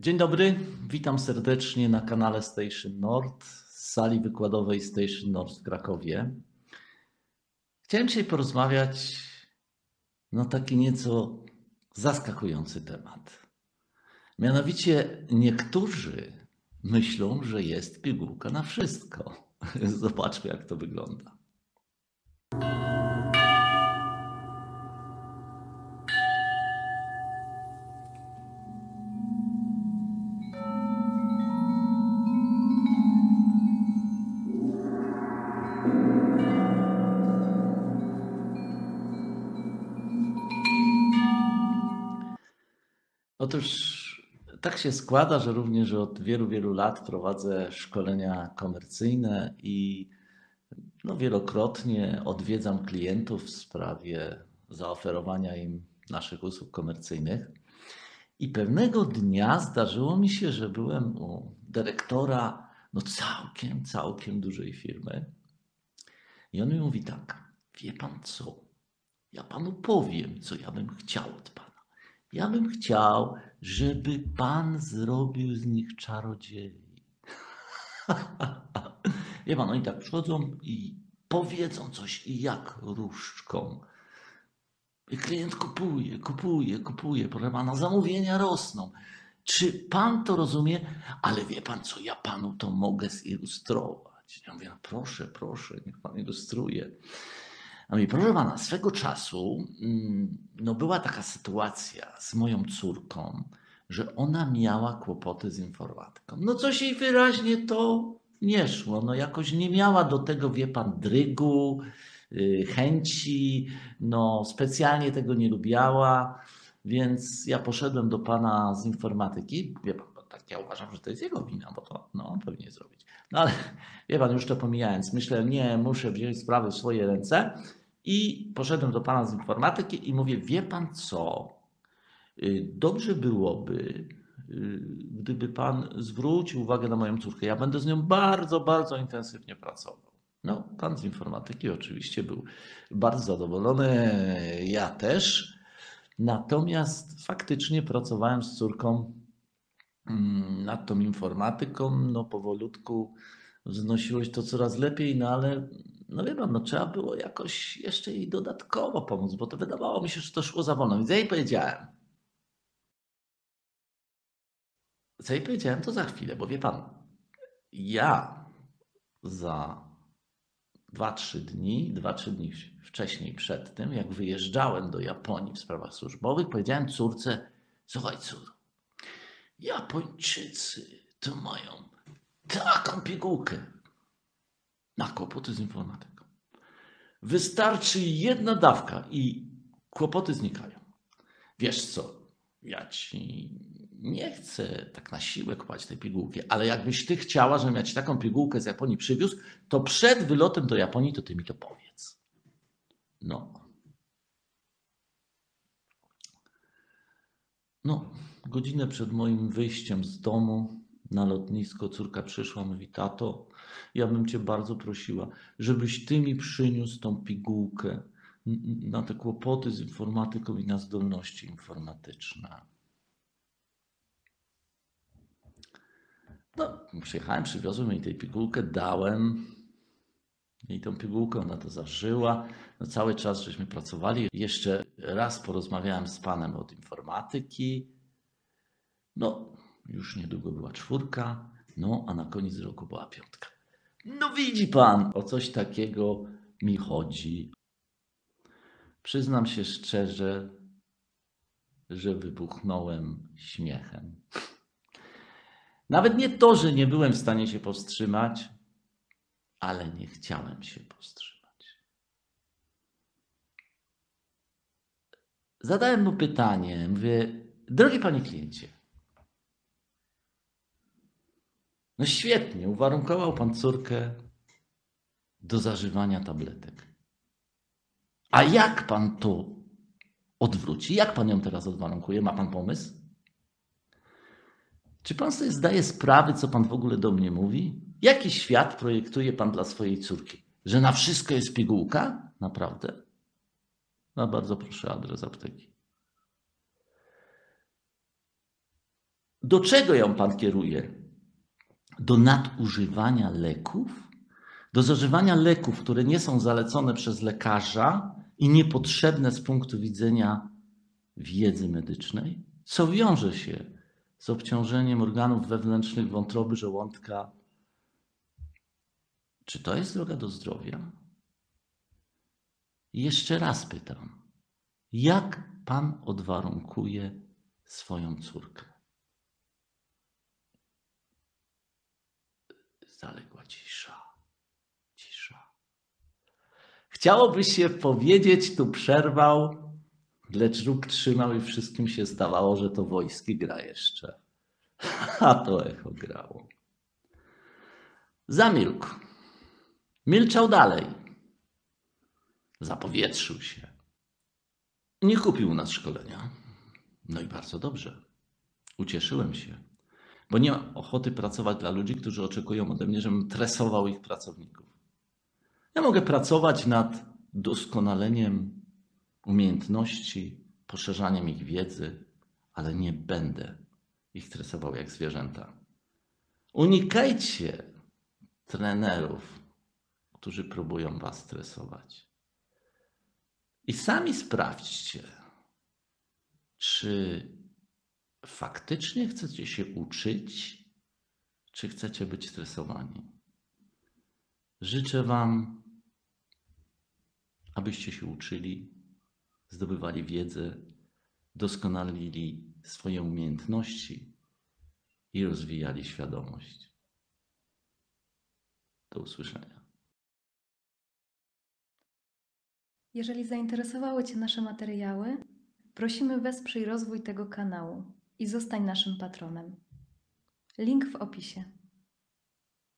Dzień dobry, witam serdecznie na kanale Station Nord z sali wykładowej Station Nord w Krakowie. Chciałem dzisiaj porozmawiać na taki nieco zaskakujący temat. Mianowicie niektórzy myślą, że jest pigułka na wszystko. Zobaczmy, jak to wygląda. Otóż tak się składa, że również od wielu, wielu lat prowadzę szkolenia komercyjne i wielokrotnie odwiedzam klientów w sprawie zaoferowania im naszych usług komercyjnych. I pewnego dnia zdarzyło mi się, że byłem u dyrektora całkiem dużej firmy. I on mi mówi tak: wie pan co? Ja panu powiem, co ja bym chciał od pana. Ja bym chciał, żeby pan zrobił z nich czarodziei. Wie pan, oni tak przychodzą i powiedzą coś i jak różdżką. I klient kupuje, proszę pana, zamówienia rosną. Czy pan to rozumie? Ale wie pan co, ja panu to mogę zilustrować. Ja mówię, no proszę, niech pan ilustruje. A mówi, proszę pana, swego czasu była taka sytuacja z moją córką, że ona miała kłopoty z informatyką. No coś jej wyraźnie to nie szło. No jakoś nie miała do tego, wie pan, drygu, chęci, specjalnie tego nie lubiała, więc ja poszedłem do pana z informatyki. Wie pan, bo tak ja uważam, że to jest jego wina, bo to on powinien zrobić. No ale wie pan, już to pomijając, myślę, nie, muszę wziąć sprawy w swoje ręce i poszedłem do pana z informatyki i mówię, wie pan co, dobrze byłoby, gdyby pan zwrócił uwagę na moją córkę. Ja będę z nią bardzo intensywnie pracował. No, pan z informatyki oczywiście był bardzo zadowolony, ja też. Natomiast faktycznie pracowałem z córką nad tą informatyką. Powolutku wznosiło się to coraz lepiej, ale wie pan, trzeba było jakoś jeszcze jej dodatkowo pomóc, bo to wydawało mi się, że to szło za wolno. Więc ja jej powiedziałem, to za chwilę, bo wie pan, ja za 2-3 dni wcześniej przed tym, jak wyjeżdżałem do Japonii w sprawach służbowych, powiedziałem córce, słuchaj cór, Japończycy to mają taką pigułkę na kłopoty z informatyką. Wystarczy jedna dawka i kłopoty znikają. Wiesz co, ja ci nie chcę tak na siłę kupować tej pigułki, ale jakbyś ty chciała, żebym ja ci taką pigułkę z Japonii przywiózł, to przed wylotem do Japonii to ty mi to powiedz. Godzinę przed moim wyjściem z domu na lotnisko córka przyszła, mówi, tato, ja bym cię bardzo prosiła, żebyś ty mi przyniósł tą pigułkę na te kłopoty z informatyką i na zdolności informatyczne. Przyjechałem, przywiozłem jej tę pigułkę, dałem jej tą pigułkę, ona to zażyła. Cały czas żeśmy pracowali. Jeszcze raz porozmawiałem z panem od informatyki. Już niedługo była 4, a na koniec roku była 5. Widzi pan, o coś takiego mi chodzi. Przyznam się szczerze, że wybuchnąłem śmiechem. Nawet nie to, że nie byłem w stanie się powstrzymać, ale nie chciałem się powstrzymać. Zadałem mu pytanie, mówię, drogi panie kliencie, świetnie, uwarunkował pan córkę do zażywania tabletek. A jak pan to odwróci? Jak pan ją teraz odwarunkuje? Ma pan pomysł? Czy pan sobie zdaje sprawę, co pan w ogóle do mnie mówi? Jaki świat projektuje pan dla swojej córki? Że na wszystko jest pigułka? Naprawdę? Bardzo proszę, adres apteki. Do czego ją Pan kieruje? Do nadużywania leków? Do zażywania leków, które nie są zalecone przez lekarza i niepotrzebne z punktu widzenia wiedzy medycznej, co wiąże się z obciążeniem organów wewnętrznych wątroby, żołądka. Czy to jest droga do zdrowia? Jeszcze raz pytam, jak Pan odwarunkuje swoją córkę? Zaległa cisza. Cisza. Chciałoby się powiedzieć, tu przerwał, lecz róg trzymał i wszystkim się zdawało, że to Wojski gra jeszcze. A to echo grało. Zamilkł. Milczał dalej. Zapowietrzył się. Nie kupił u nas szkolenia. No i bardzo dobrze. Ucieszyłem się, bo nie mam ochoty pracować dla ludzi, którzy oczekują ode mnie, żebym tresował ich pracowników. Ja mogę pracować nad doskonaleniem umiejętności, poszerzaniem ich wiedzy, ale nie będę ich tresował jak zwierzęta. Unikajcie trenerów, którzy próbują was stresować. I sami sprawdźcie, czy faktycznie chcecie się uczyć, czy chcecie być stresowani. Życzę wam, abyście się uczyli, zdobywali wiedzę, doskonalili swoje umiejętności i rozwijali świadomość. Do usłyszenia. Jeżeli zainteresowały Cię nasze materiały, prosimy wesprzyj rozwój tego kanału i zostań naszym patronem. Link w opisie.